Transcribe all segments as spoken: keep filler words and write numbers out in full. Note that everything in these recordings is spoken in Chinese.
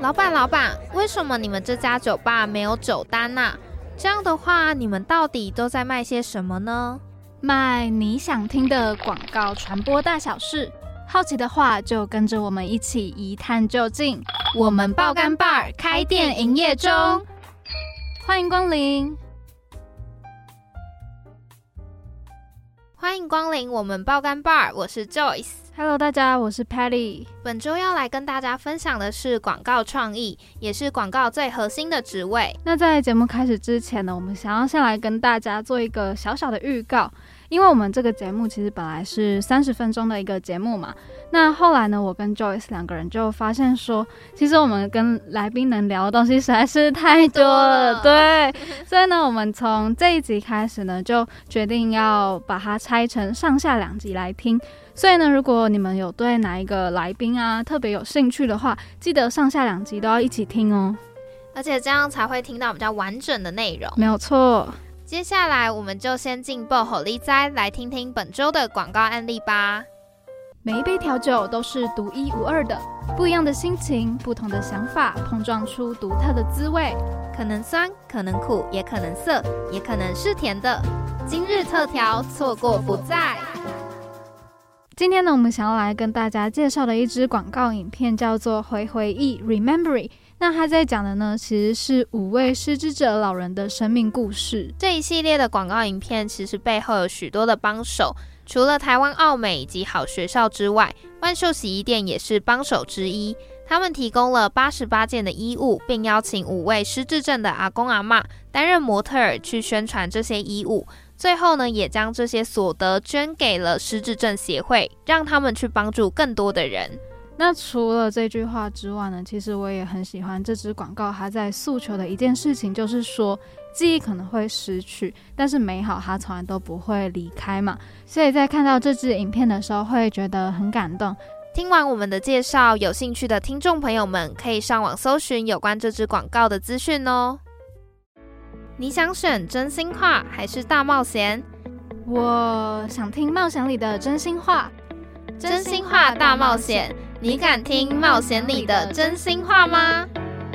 老板老板，为什么你们这家酒吧没有酒单啊？这样的话，你们到底都在卖些什么呢？ 卖你想听的广告传播大小事，好奇的话就跟着我们一起一探究竟。我们爆肝 bar 开店营业中，欢迎光临。 欢迎光临我们爆肝 bar， 我是 Joyce。Hello， 大家，我是 Patty。 本周要来跟大家分享的是广告创意，也是广告最核心的职位。 那在节目开始之前呢，我们想要先来跟大家做一个小小的预告，因为我们这个节目其实本来是三十分钟的一个节目嘛。那后来呢，我跟 Joyce 两个人就发现说，其实我们跟来宾能聊的东西实在是太多了，对。所以呢，我们从这一集开始呢，就决定要把它拆成上下两集来听。所以呢，如果你们有对哪一个来宾啊特别有兴趣的话，记得上下两集都要一起听哦， 而且这样才会听到比较完整的内容。 没有错。 接下来我们就先进爆火力哉来听听本周的广告案例吧。 每一杯调酒都是独一无二的，不一样的心情，不同的想法，碰撞出独特的滋味， 可能酸，可能苦，也可能涩，也可能是甜的。今日特调，错过不再。 今天呢，我们想要来跟大家介绍的一支广告影片叫做《回回忆 Remembering》。那他在讲的呢，其实是五位失智者老人的生命故事。 这一系列的广告影片其实背后有许多的帮手，除了台湾奥美以及好学校之外，万秀洗衣店也是帮手之一。他们提供了八十八件的衣物，并邀请五位失智症的阿公阿嬷担任模特儿去宣传这些衣物。最后呢，也将这些所得捐给了失智症协会，让他们去帮助更多的人。 那除了这句话之外呢，其实我也很喜欢这支广告，它在诉求的一件事情就是说，记忆可能会失去，但是美好它从来都不会离开嘛。所以在看到这支影片的时候，会觉得很感动。 听完我们的介绍，有兴趣的听众朋友们可以上网搜寻有关这支广告的资讯哦。你想选真心话还是大冒险？ 我想听冒险里的真心话。 真心话大冒险，你敢听冒险里的真心话吗？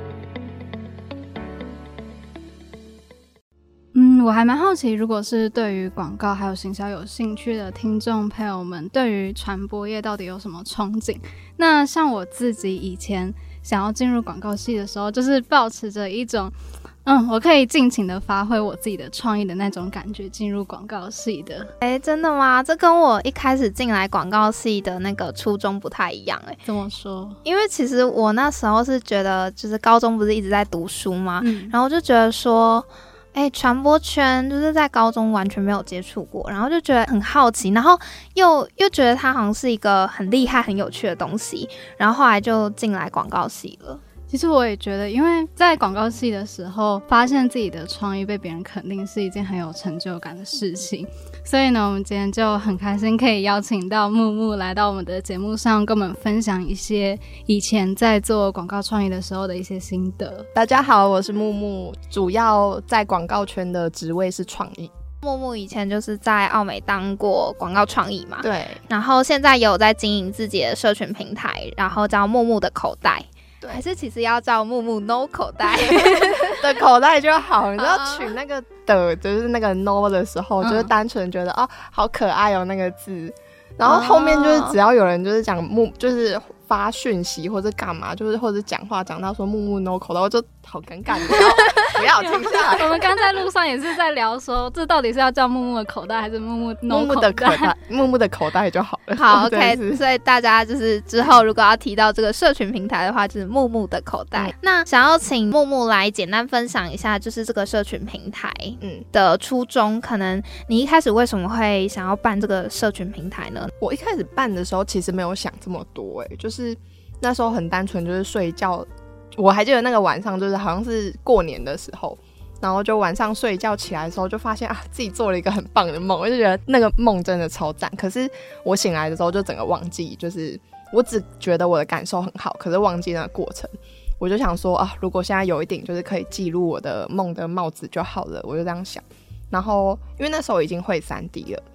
嗯，我还蛮好奇，如果是对于广告还有行销有兴趣的听众朋友们，对于传播业到底有什么憧憬？那像我自己以前想要进入广告系的时候，就是抱持着一种嗯，我可以尽情的发挥我自己的创意的那种感觉进入广告系的。 诶，真的吗？这跟我一开始进来广告系的那个初衷不太一样。诶， 怎么说？ 因为其实我那时候是觉得，就是高中不是一直在读书吗？嗯，然后就觉得说，哎，传播圈就是在高中完全没有接触过，然后就觉得很好奇，然后又又觉得它好像是一个很厉害、很有趣的东西，然后后来就进来广告系了。 其实我也觉得，因为在广告系的时候，发现自己的创意被别人肯定是一件很有成就感的事情。所以呢，我们今天就很开心可以邀请到木木来到我们的节目上，跟我们分享一些以前在做广告创意的时候的一些心得。 大家好，我是木木，主要在广告圈的职位是创意。 木木以前就是在奥美当过广告创意嘛， 对， 然后现在也有在经营自己的社群平台，然后叫木木的口袋。 对， 还是其实要叫木木 no 口袋的口袋就好。你知道取那个的就是那个 no 的时候，就是单纯觉得哦好可爱哦那个字，然后后面就是只要有人就是讲木就是发讯息或者干嘛，就是或者讲话讲到说木木 no 口袋，我就好尴尬，不要不要停下来。 我们刚在路上也是在聊说，这到底是要叫木木的口袋还是木木 no 口袋？木木的口袋， 木木的口袋就好了。 好 ，OK， 所以大家就是之后如果要提到这个社群平台的话，就是木木的口袋。嗯、那想要请木木来简单分享一下，就是这个社群平台嗯的初衷，可能你一开始为什么会想要办这个社群平台呢？ 我一开始办的时候其实没有想这么多、欸，就是那时候很单纯，就是睡觉。我还记得那个晚上，就是好像是过年的时候，然后就晚上睡觉起来的时候，就发现啊自己做了一个很棒的梦，我就觉得那个梦真的超赞。可是我醒来的时候就整个忘记，就是我只觉得我的感受很好，可是忘记那个过程。我就想说啊，如果现在有一顶就是可以记录我的梦的帽子就好了，我就这样想。然后因为那时候已经会 三 D 了，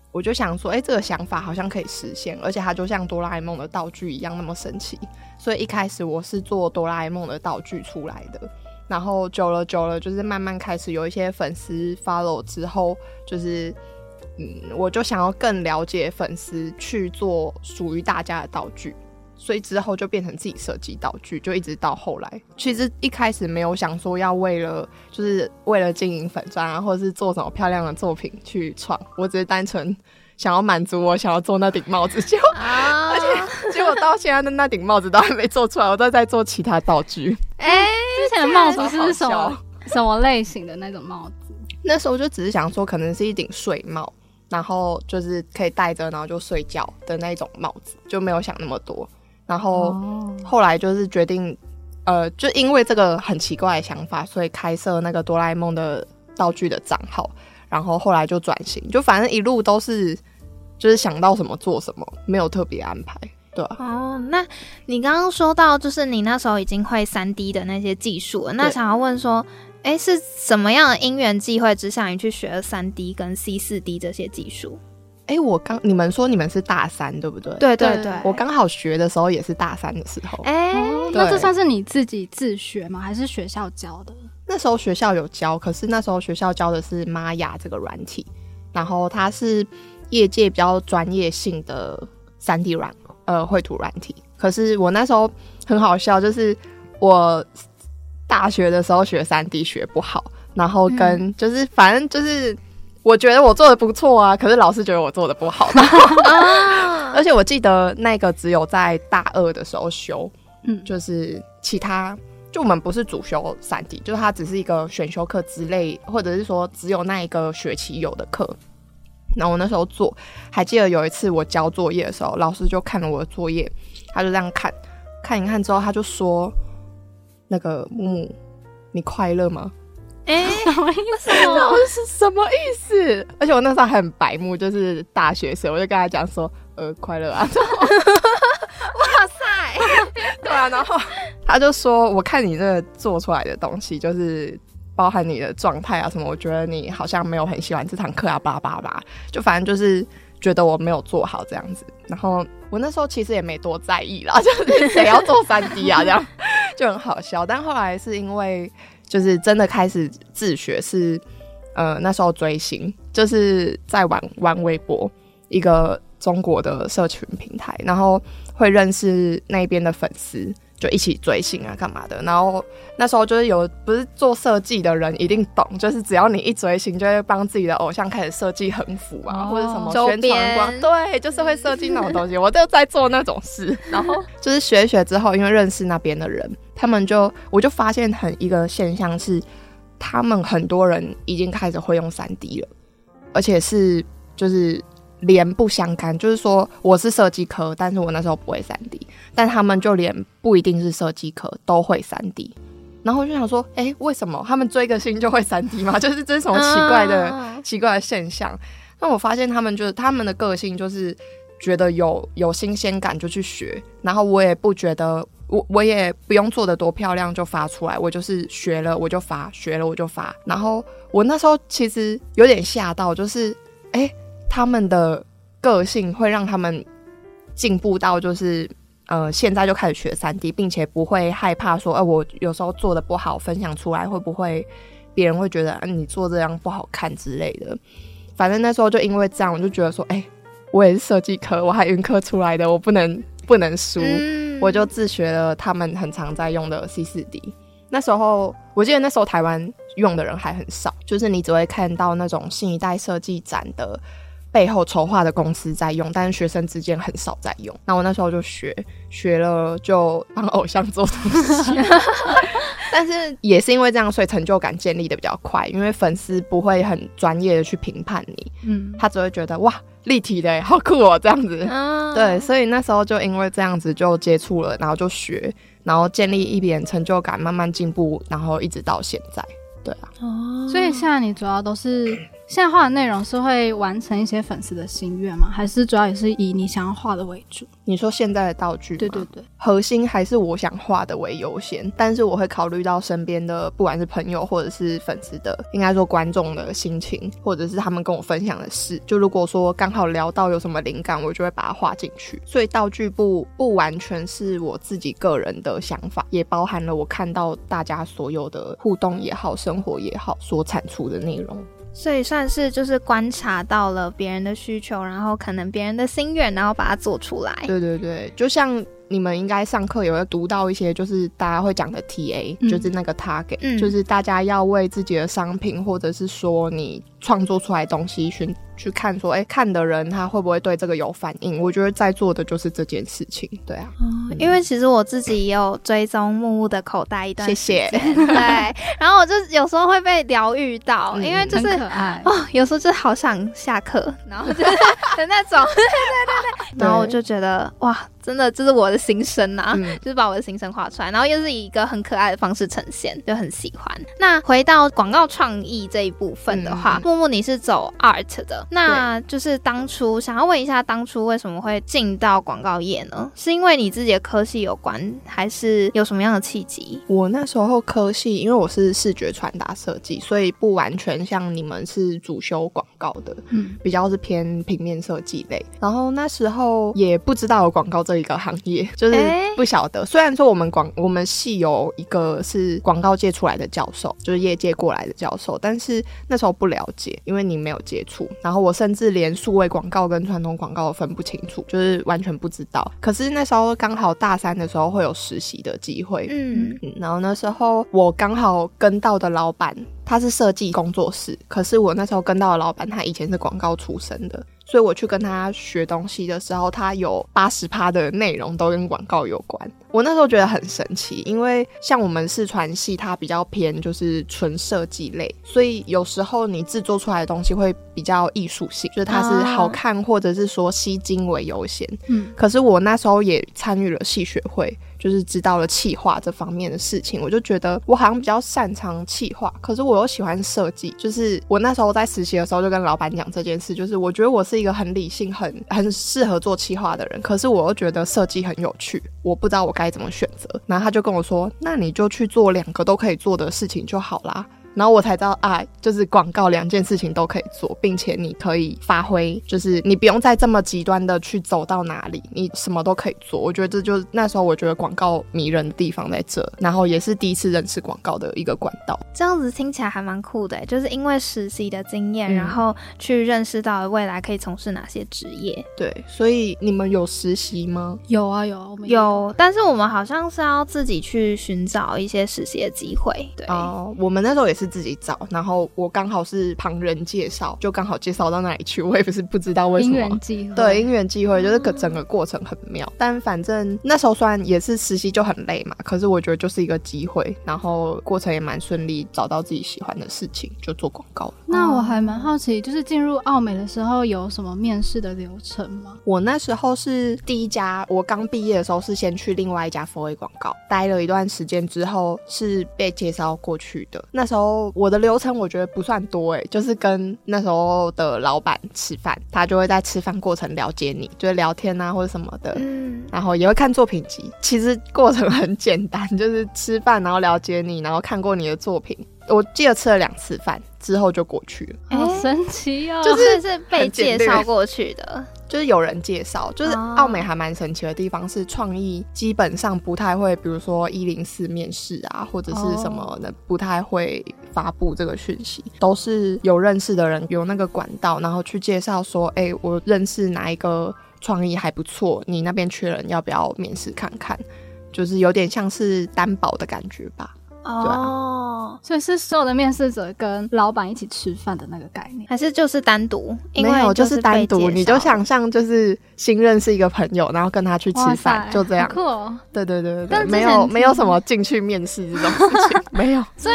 我就想说，哎、欸，这个想法好像可以实现，而且它就像哆啦 A 梦的道具一样那么神奇。所以一开始我是做哆啦 A 梦的道具出来的，然后久了久了，就是慢慢开始有一些粉丝 follow 之后，就是嗯，我就想要更了解粉丝，去做属于大家的道具。所以之后就变成自己设计道具，就一直到后来。其实一开始没有想说要为了就是为了经营粉专啊，或者是做什么漂亮的作品去创，我只是单纯想要满足我想要做那顶帽子，结果、啊、而且结果到现在的那顶帽子都还没做出来，我都在做其他道具。 哎、欸，之前的帽子是什么什么类型的那种帽子？ 那时候就只是想说，可能是一顶睡帽，然后就是可以戴着，然后就睡觉的那种帽子，就没有想那么多。然后后来就是决定，呃，就因为这个很奇怪的想法，所以开设那个哆啦 A 梦的道具的账号。然后后来就转型，就反正一路都是就是想到什么做什么，没有特别安排，对啊。 哦，那你刚刚说到就是你那时候已经会 三 D 的那些技术了，那想要问说，哎，是什么样的因缘际会之下你去学了 三 D 跟 C 四 D 这些技术？ 哎、欸，我刚你们说你们是大三对不对？ 对对对， 我刚好学的时候也是大三的时候。 哎、欸，那这算是你自己自学吗？还是学校教的？ 那时候学校有教，可是那时候学校教的是 Maya 这个软体，然后它是业界比较专业性的 三 D 软呃绘图软体。可是我那时候很好笑，就是我大学的时候学 三 D 学不好，然后跟、嗯、就是反正就是。我觉得我做的不错啊，可是老师觉得我做的不好。而且我记得那个只有在大二的时候修，嗯，就是其他就我们不是主修 三 D， 就是它只是一个选修课之类，或者是说只有那一个学期有的课。然后我那时候做，还记得有一次我交作业的时候，老师就看了我的作业，他就这样看看一看之后，他就说：“那个木木，你快乐吗？” 哎、欸，什么意思？ 是什么意思？而且我那时候还很白目，就是大学生，我就跟他讲说，呃，快乐啊！ 哇塞， 对啊，然后他就说，我看你这个做出来的东西，就是包含你的状态啊什么，我觉得你好像没有很喜欢这堂课啊，巴拉巴拉，就反正就是觉得我没有做好这样子。然后我那时候其实也没多在意啦，就是谁要做 三 D 啊，这样就很好笑。但后来是因为。就是真的开始自学是，呃，那时候追星，就是在玩玩微博，一个中国的社群平台，然后会认识那边的粉丝，就一起追星啊，干嘛的。然后那时候就是有不是做设计的人一定懂，就是只要你一追星，就会帮自己的偶像开始设计横幅啊，哦、或者什么宣传光，对，就是会设计那种东西。我就在做那种事，然后就是学一学之后，因为认识那边的人。他们就我就发现很一个现象是，他们很多人已经开始会用 三 D 了，而且是就是连不相干，就是说我是设计科，但是我那时候不会 三 D， 但他们就连不一定是设计科都会 三 D， 然后我就想说，哎、欸，为什么他们追个星就会 三 D 吗？就是这是什么奇怪的、uh... 奇怪的现象？那我发现他们就是他们的个性就是觉得有有新鲜感就去学，然后我也不觉得。我我也不用做得多漂亮就发出来，我就是学了我就发，学了我就发。然后我那时候其实有点吓到，就是哎、欸，他们的个性会让他们进步到就是呃现在就开始学 三 D， 并且不会害怕说，哎、呃，我有时候做得不好分享出来会不会别人会觉得、啊、你做这样不好看之类的。反正那时候就因为这样，我就觉得说，哎、欸，我也是设计科，我还云科出来的，我不能不能输。嗯我就自学了他们很常在用的 C 四 D。 那时候我记得那时候台湾用的人还很少，就是你只会看到那种新一代设计展的背后筹划的公司在用，但是学生之间很少在用。那我那时候就学学了，就帮偶像做东西但是也是因为这样，所以成就感建立的比较快，因为粉丝不会很专业的去评判你，嗯，他只会觉得哇立体的好酷哦这样子、啊、对，所以那时候就因为这样子就接触了，然后就学，然后建立一点成就感，慢慢进步，然后一直到现在。对啊， 哦，所以现在你主要都是现在画的内容是会完成一些粉丝的心愿吗？还是主要也是以你想要画的为主？ 你说现在的道具吗？ 对对对， 核心还是我想画的为优先，但是我会考虑到身边的不管是朋友或者是粉丝的，应该说观众的心情，或者是他们跟我分享的事，就如果说刚好聊到有什么灵感，我就会把它画进去。所以道具不不完全是我自己个人的想法，也包含了我看到大家所有的互动也好，生活也好所产出的内容。 所以算是就是观察到了别人的需求，然后可能别人的心愿，然后把它做出来。 对对对，就像你们应该上课也会读到一些就是大家会讲的 T A、嗯、就是那个 target、嗯、就是大家要为自己的商品或者是说你创作出来的东西去去看说哎，看的人他会不会对这个有反应。我觉得在做的就是这件事情。对啊、 嗯、因为其实我自己也有追踪木木的口袋一段时间， 谢谢。 对，然后我就有时候会被疗愈到、嗯、因为就是很可爱哦，有时候就好想下课，然后就是的那种对对对对，然后我就觉得哇，真的这是我的心声啊、嗯、就是把我的心声画出来，然后又是以一个很可爱的方式呈现，就很喜欢。那回到广告创意这一部分的话、嗯、木木你是走 art 的，那就是当初想要问一下，当初为什么会进到广告业呢？是因为你自己的科系有关，还是有什么样的契机？ 我那时候科系因为我是视觉传达设计，所以不完全像你们是主修广告的，嗯，比较是偏平面设计类。然后那时候也不知道有广告这一个行业，就是不晓得、欸、虽然说我们广我们系有一个是广告界出来的教授，就是业界过来的教授，但是那时候不了解，因为你没有接触，然后我甚至连数位广告跟传统广告都分不清楚，就是完全不知道。可是那时候刚好大三的时候会有实习的机会， 嗯, 嗯然后那时候我刚好跟到的老板他是设计工作室，可是我那时候跟到的老板他以前是广告出身的，所以我去跟他学东西的时候，他有 百分之八十 的内容都跟广告有关。我那时候觉得很神奇，因为像我们视传系它比较偏就是纯设计类，所以有时候你制作出来的东西会比较艺术性，就是它是好看或者是说吸睛为优先。嗯，可是我那时候也参与了系学会，就是知道了企划这方面的事情，我就觉得我好像比较擅长企划，可是我又喜欢设计。就是我那时候在实习的时候就跟老板讲这件事，就是我觉得我是一个很理性很很适合做企划的人，可是我又觉得设计很有趣，我不知道我该怎么选择。然后他就跟我说，那你就去做两个都可以做的事情就好啦。然后我才知道啊，就是广告两件事情都可以做，并且你可以发挥，就是你不用再这么极端的去走到哪里，你什么都可以做。我觉得这就那时候我觉得广告迷人的地方在这，然后也是第一次认识广告的一个管道。 这样子听起来还蛮酷的，就是因为实习的经验、嗯、然后去认识到未来可以从事哪些职业。 对，所以你们有实习吗？ 有啊有啊，我们有, 有但是我们好像是要自己去寻找一些实习的机会。对哦，我们那时候也是自己找，然后我刚好是旁人介绍，就刚好介绍到那里去，我也不是不知道为什么。 因缘际会。 对，因缘际会，就是整个过程很妙、嗯、但反正那时候虽然也是实习就很累嘛，可是我觉得就是一个机会，然后过程也蛮顺利，找到自己喜欢的事情就做广告了。 那我还蛮好奇，就是进入奥美的时候有什么面试的流程吗？ 我那时候是第一家，我刚毕业的时候是先去另外一家 四 A 广告待了一段时间之后是被介绍过去的。那时候我的流程我觉得不算多耶，就是跟那时候的老板吃饭，他就会在吃饭过程了解你，就是聊天啊或者什么的、嗯、然后也会看作品集。其实过程很简单，就是吃饭然后了解你，然后看过你的作品。我记得吃了两次饭之后就过去了。 好神奇哦， 就是是被介绍过去的， 就是有人介绍。就是奥美还蛮神奇的地方是创意基本上不太会比如说一零四面试啊或者是什么的、哦、不太会发布这个讯息，都是有认识的人有那个管道，然后去介绍说哎、欸，我认识哪一个创意还不错，你那边缺人要不要面试看看，就是有点像是担保的感觉吧。 哦、啊，所以是所有的面试者跟老板一起吃饭的那个概念， 还是就是单独？ 没有，就是单独。你就想象就是新认识一个朋友，然后跟他去吃饭，就这样。 好酷哦！ 对对对对对，没有没有什么进去面试这种事情，没有。 所以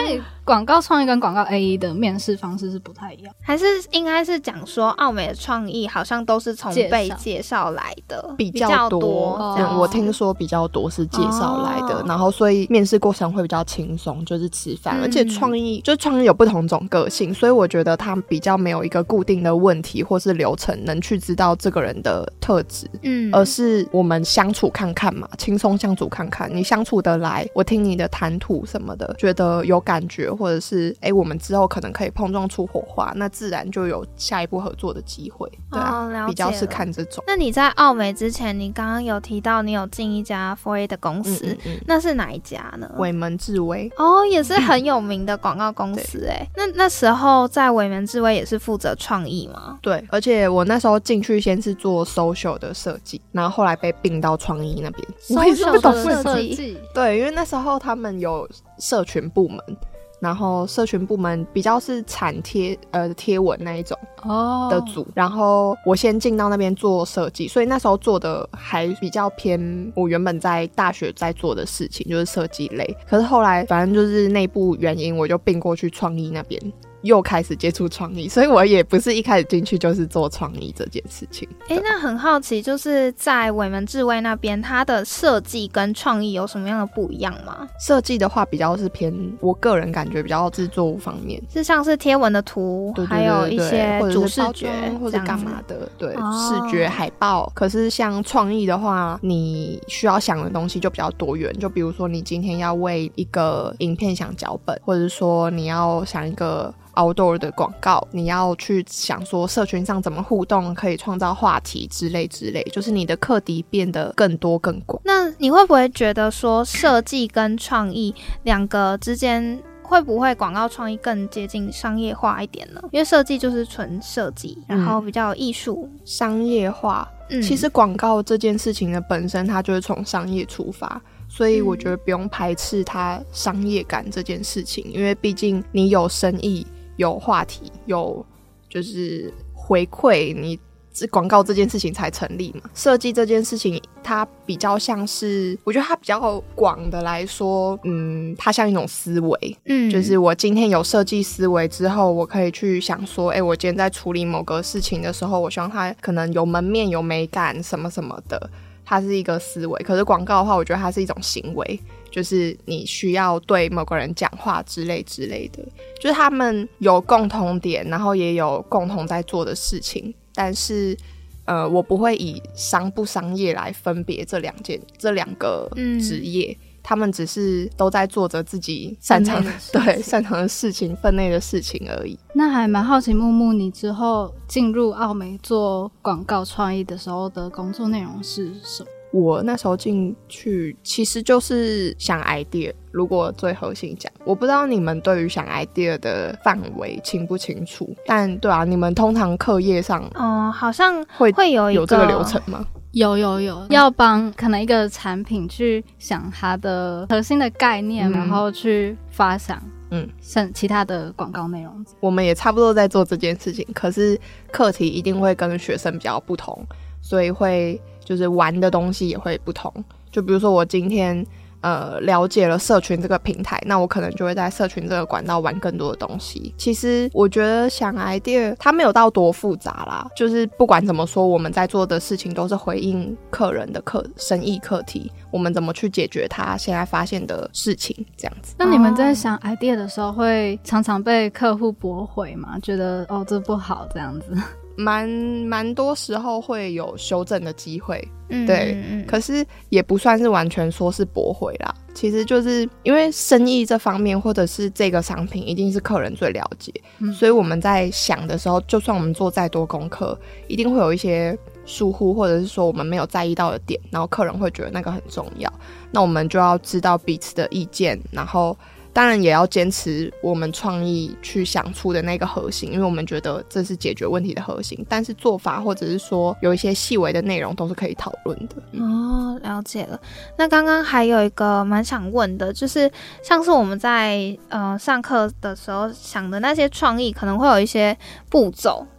广告创意跟广告 A E 的面试方式是不太一样， 还是应该是讲说奥美的创意好像都是从被介绍来的， 比较多。 多嗯，我听说比较多是介绍来的，哦、然后所以面试过程会比较轻松，就是吃饭、嗯，而且创意就是创意有不同种个性，所以我觉得他比较没有一个固定的问题或是流程能去知道这个人的特质，嗯，而是我们相处看看嘛，轻松相处看看，你相处得来，我听你的谈吐什么的，觉得有感觉，或者是哎，我们之后可能可以碰撞出火花，那自然就有下一步合作的机会。对啊， 哦、 比较是看这种。 那你在奥美之前，你刚刚有提到你有进一家 四 A 的公司，嗯嗯嗯，那是哪一家呢？ 伟门智威。 哦，也是很有名的广告公司哎。那那时候在伟门智威也是负责创意吗？ 对，而且我那时候进去先是做 social 的设计，然后后来被并到创意那边。 我也是不懂设计。 对，因为那时候他们有社群部门。然后社群部门比较是产贴呃贴文那一种的组、oh. 然后我先进到那边做设计，所以那时候做的还比较偏我原本在大学在做的事情，就是设计类。可是后来反正就是内部原因，我就并过去创意那边，又开始接触创意，所以我也不是一开始进去就是做创意这件事情。 哎，那很好奇，就是在伟门智威那边，它的设计跟创意有什么样的不一样吗？ 设计的话比较是偏我个人感觉比较制作方面， 是像是贴文的图，对对对对，还有一些主视觉或者干嘛的，对、哦、视觉海报。可是像创意的话，你需要想的东西就比较多元，就比如说你今天要为一个影片想脚本，或者说你要想一个outdoor 的广告，你要去想说社群上怎么互动可以创造话题之类之类，就是你的课题变得更多更广。 那你会不会觉得说设计跟创意两个之间会不会广告创意更接近商业化一点呢？因为设计就是纯设计，然后比较有艺术、 嗯、商业化、嗯、其实广告这件事情的本身它就是从商业出发，所以我觉得不用排斥它商业感这件事情、嗯、因为毕竟你有生意有话题有就是回馈，你广告这件事情才成立嘛。设计这件事情它比较像是，我觉得它比较广的来说，嗯，它像一种思维，嗯，就是我今天有设计思维之后，我可以去想说，哎、欸，我今天在处理某个事情的时候，我希望它可能有门面有美感什么什么的，它是一个思维。可是广告的话，我觉得它是一种行为，就是你需要对某个人讲话之类之类的，就是他们有共同点，然后也有共同在做的事情，但是呃，我不会以商不商业来分别这两件这两个职业、嗯，他们只是都在做着自己擅长的对擅长的事情分内的事情而已。 那还蛮好奇木木你之后进入奥美做广告创意的时候的工作内容是什么？ 我那时候进去其实就是想 idea， 如果最核心讲，我不知道你们对于想 idea 的范围清不清楚，但对啊，你们通常课业上嗯、呃，好像会会有一个有这个流程吗？ 有有有、嗯、要帮可能一个产品去想它的核心的概念、嗯、然后去发想嗯，像其他的广告内容。 我们也差不多在做这件事情，可是课题一定会跟学生比较不同，所以会就是玩的东西也会不同。就比如说我今天呃了解了社群这个平台，那我可能就会在社群这个管道玩更多的东西。其实我觉得想 idea 它没有到多复杂啦，就是不管怎么说，我们在做的事情都是回应客人的课生意课题，我们怎么去解决他现在发现的事情这样子。 那你们在想 idea 的时候会常常被客户驳回吗？觉得哦这不好这样子？ 蛮蛮多时候会有修正的机会，嗯，对，嗯，可是也不算是完全说是驳回啦。其实就是因为生意这方面或者是这个商品一定是客人最了解，嗯，所以我们在想的时候，就算我们做再多功课，一定会有一些疏忽，或者是说我们没有在意到的点，然后客人会觉得那个很重要，那我们就要知道彼此的意见，然后当然也要坚持我们创意去想出的那个核心，因为我们觉得这是解决问题的核心，但是做法或者是说有一些细微的内容都是可以讨论的。 哦，了解了。那刚刚还有一个蛮想问的，就是像是我们在呃上课的时候想的那些创意可能会有一些步骤，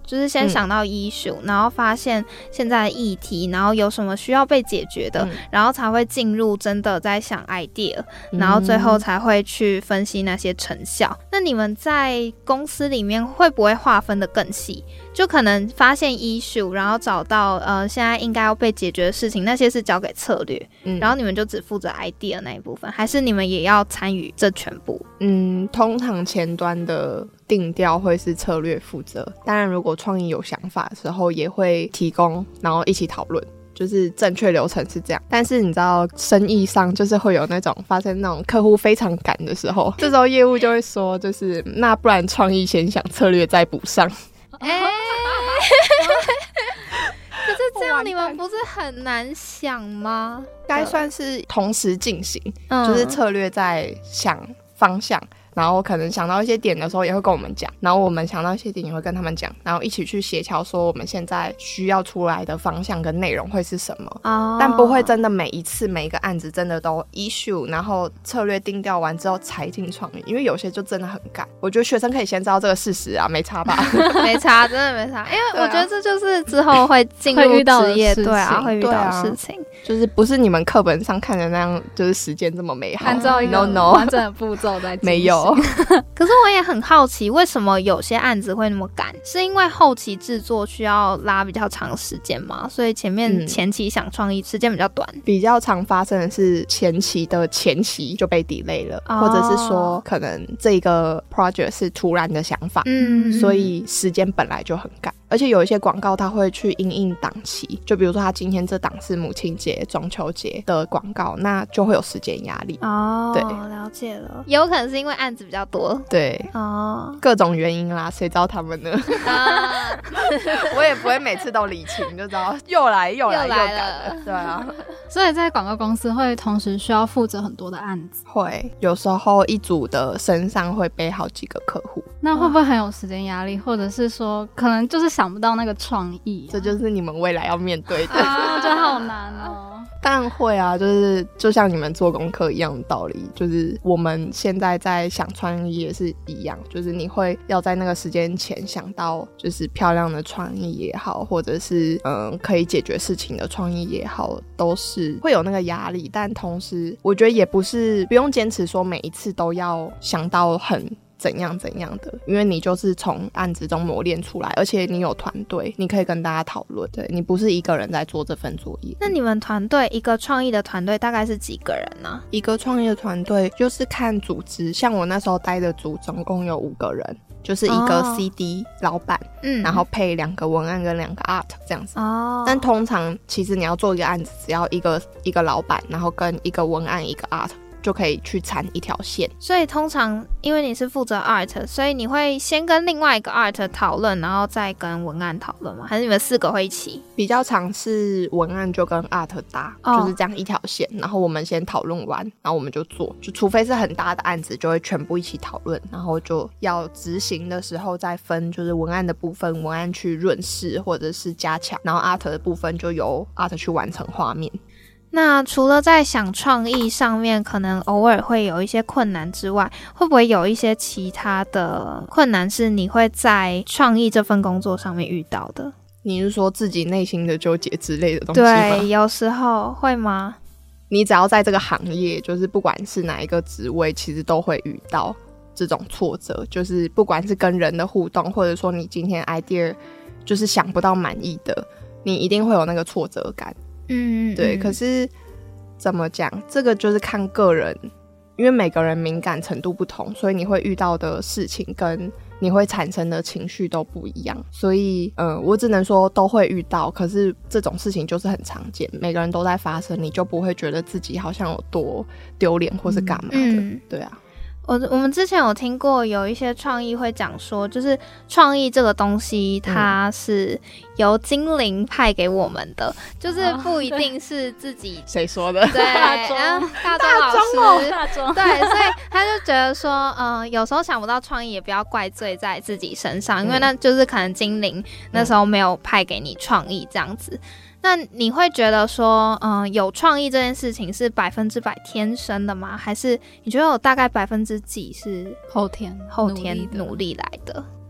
就是先想到 issue、嗯、然后发现现在的议题，然后有什么需要被解决的、嗯、然后才会进入真的在想 idea、嗯、然后最后才会去分析那些成效。那你们在公司里面会不会划分的更细？就可能发现 issue， 然后找到呃现在应该要被解决的事情，那些是交给策略、嗯、然后你们就只负责 idea 那一部分，还是你们也要参与这全部？ 嗯，通常前端的定调会是策略负责，当然如果创意有想法的时候也会提供，然后一起讨论，就是正确流程是这样。但是你知道生意上就是会有那种发生那种客户非常赶的时候，这时候业务就会说就是那不然创意先想，策略再补上。哎、欸， 可是这样你们不是很难想吗？ 该算是同时进行、嗯、就是策略在想方向，然后可能想到一些点的时候也会跟我们讲，然后我们想到一些点也会跟他们讲，然后一起去协调说我们现在需要出来的方向跟内容会是什么、哦、但不会真的每一次每一个案子真的都 issue 然后策略定调完之后才进创意，因为有些就真的很赶。我觉得学生可以先知道这个事实啊，没差吧？ 没差，真的没差，因为我觉得这就是之后会进入职业，对啊，会遇到的事情、啊、 就是不是你们课本上看的那样，就是时间这么美好， 按照一个完整的步骤在进行。 没有。 可是我也很好奇，为什么有些案子会那么赶？是因为后期制作需要拉比较长时间吗？所以前面前期想创意时间比较短、嗯、 比较常发生的是前期的前期就被 delay 了、哦、或者是说可能这个 project 是突然的想法，嗯，所以时间本来就很赶。而且有一些广告它会去因应档期，就比如说他今天这档是母亲节中秋节的广告，那就会有时间压力。哦，对， 了解了。有可能是因为案子比较多， 对，哦，各种原因啦，谁知道他们呢？啊、我也不会每次都理清，就知道又来又来又赶了，对啊。 所以在广告公司会同时需要负责很多的案子， 会有时候一组的身上会背好几个客户， 那会不会很有时间压力，或者是说可能就是想不到那个创意、啊？ 这就是你们未来要面对的啊，这好难哦。 当然会啊，就是就像你们做功课一样的道理，就是我们现在在想创意也是一样，就是你会要在那个时间前想到就是漂亮的创意也好，或者是嗯可以解决事情的创意也好，都是会有那个压力。但同时我觉得也不是不用坚持说每一次都要想到很怎样怎样的，因为你就是从案子中磨练出来，而且你有团队，你可以跟大家讨论，对，你不是一个人在做这份作业。 那你们团队一个创意的团队大概是几个人呢？ 一个创意的团队就是看组织，像我那时候待的组总共有五个人，就是一个 C D、哦、老板，嗯，然后配两个文案跟两个 art 这样子。哦，但通常其实你要做一个案子，只要一个一个老板，然后跟一个文案一个 art。就可以去缠一条线。 所以通常因为你是负责 art， 所以你会先跟另外一个 art 讨论，然后再跟文案讨论吗？还是你们四个会一起？ 比较常是文案就跟 art 搭、哦、就是这样一条线，然后我们先讨论完，然后我们就做，就除非是很大的案子就会全部一起讨论，然后就要执行的时候再分，就是文案的部分文案去润饰或者是加强，然后 art 的部分就由 art 去完成画面。 那除了在想创意上面可能偶尔会有一些困难之外，会不会有一些其他的困难是你会在创意这份工作上面遇到的？ 你是说自己内心的纠结之类的东西吗？ 对，有时候会吗？ 你只要在这个行业，就是不管是哪一个职位，其实都会遇到这种挫折，就是不管是跟人的互动，或者说你今天 idea 就是想不到满意的，你一定会有那个挫折感。嗯，对，可是怎么讲，这个就是看个人，因为每个人敏感程度不同，所以你会遇到的事情跟你会产生的情绪都不一样，所以呃，我只能说都会遇到，可是这种事情就是很常见，每个人都在发生，你就不会觉得自己好像有多丢脸或是干嘛的、嗯、对啊。 我我们之前有听过有一些创意会讲说，就是创意这个东西它是由精灵派给我们的、嗯、就是不一定是自己谁说的， 对，大中大中老师大中、哦、对，所以他就觉得说呃，有时候想不到创意也不要怪罪在自己身上、嗯、因为那就是可能精灵那时候没有派给你创意这样子。那你会觉得说嗯、呃，有创意这件事情是百分之百天生的吗？还是你觉得有大概百分之几是后天后天努力来的？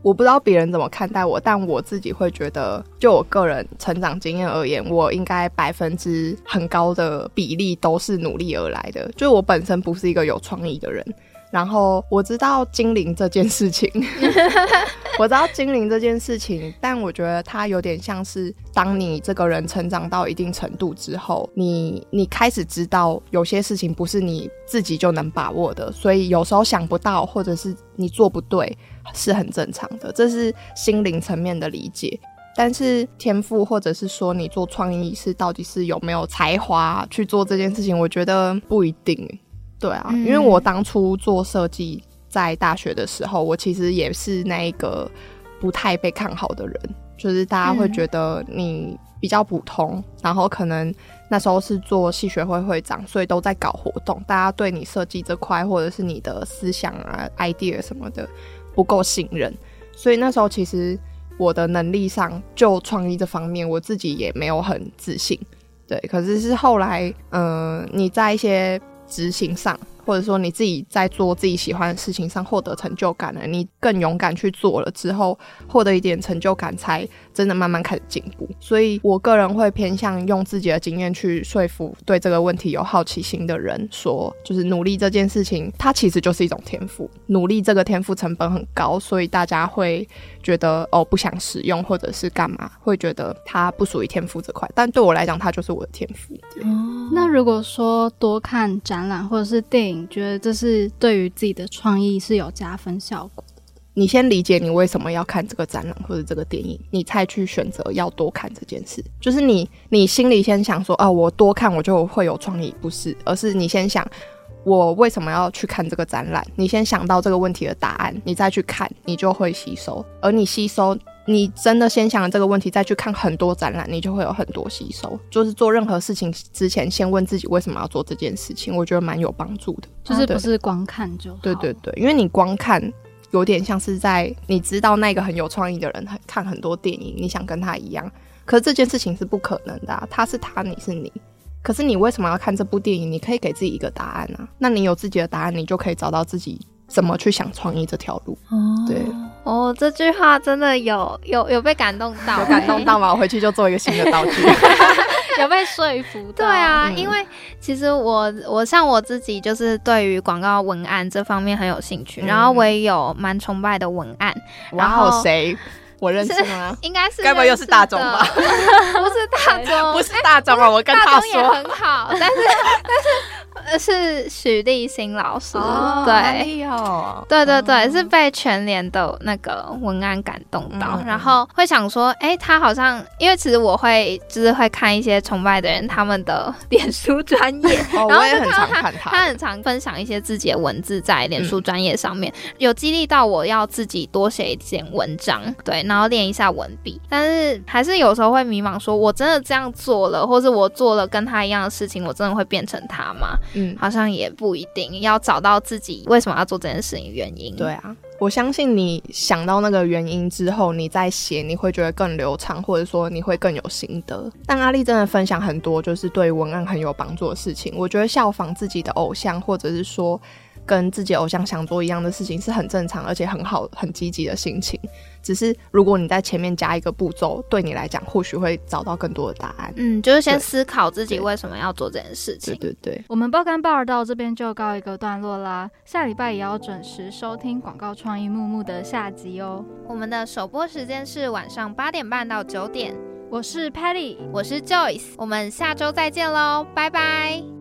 我不知道别人怎么看待我，但我自己会觉得，就我个人成长经验而言，我应该百分之很高的比例都是努力而来的。就我本身不是一个有创意的人，然后我知道精灵这件事情我知道精灵这件事情，但我觉得它有点像是当你这个人成长到一定程度之后，你你开始知道有些事情不是你自己就能把握的，所以有时候想不到或者是你做不对是很正常的，这是心灵层面的理解。但是天赋或者是说你做创意是到底是有没有才华去做这件事情，我觉得不一定。对啊、嗯、因为我当初做设计在大学的时候，我其实也是那一个不太被看好的人，就是大家会觉得你比较普通、嗯、然后可能那时候是做系学会会长，所以都在搞活动，大家对你设计这块或者是你的思想啊 idea 什么的不够信任，所以那时候其实我的能力上就创意这方面我自己也没有很自信。对，可是是后来嗯、呃，你在一些执行上或者说你自己在做自己喜欢的事情上获得成就感了，你更勇敢去做了之后获得一点成就感，才真的慢慢开始进步。所以我个人会偏向用自己的经验去说服对这个问题有好奇心的人，说就是努力这件事情它其实就是一种天赋，努力这个天赋成本很高，所以大家会觉得哦不想使用或者是干嘛，会觉得它不属于天赋这块，但对我来讲它就是我的天赋。 哦，那如果说多看展览或者是电影，觉得这是对于自己的创意是有加分效果的？ 你先理解你为什么要看这个展览或者这个电影，你才去选择要多看这件事。就是你你心里先想说啊，我多看我就会有创意，不是，而是你先想我为什么要去看这个展览，你先想到这个问题的答案，你再去看，你就会吸收。而你吸收，你真的先想这个问题再去看很多展览，你就会有很多吸收。就是做任何事情之前先问自己为什么要做这件事情，我觉得蛮有帮助的。 就是不是光看就好。 对对对，因为你光看有点像是在你知道那个很有创意的人看很多电影，你想跟他一样，可是这件事情是不可能的啊，他是他，你是你。可是你为什么要看这部电影？你可以给自己一个答案啊，那你有自己的答案，你就可以找到自己怎么去想创意这条路。哦，对， 哦，这句话真的有有有被感动到， 有感动到吗？我回去就做一个新的道具。 有被说服到。 对啊、 嗯、 因为其实我我像我自己就是对于广告文案这方面很有兴趣、嗯、然后我也有蛮崇拜的文案。然后谁？我认识吗？ 应该是， 该不会又是大众吧？ 不是大众， 不是大众吧？我跟他说， 大众也很好，但是但是是许立新老师， 哦、 对， 哦、 对对对、哦，是被全联的那个文案感动到、嗯，然后会想说，哎、欸，他好像，因为其实我会就是会看一些崇拜的人他们的脸书专页， 哦、 然后就看到他，我也很常看他， 他很常分享一些自己的文字在脸书专页上面、嗯，有激励到我要自己多写一点文章，对。然后练一下文笔，但是还是有时候会迷茫，说我真的这样做了，或是我做了跟他一样的事情，我真的会变成他吗？嗯，好像也不一定，要找到自己为什么要做这件事情的原因。 对啊，我相信你想到那个原因之后，你再写，你会觉得更流畅，或者说你会更有心得。但阿丽真的分享很多就是对文案很有帮助的事情，我觉得效仿自己的偶像，或者是说跟自己偶像想做一样的事情是很正常而且很好很积极的心情，只是如果你在前面加一个步骤，对你来讲或许会找到更多的答案。 嗯，就是先思考自己为什么要做这件事情。 对对对， 我们爆肝报儿到这边就告一个段落啦，下礼拜也要准时收听广告创意木木的下集哦。 我们的首播时间是晚上八点半到九点。 我是 Patty， 我是 Joyce， 我们下周再见咯，拜拜。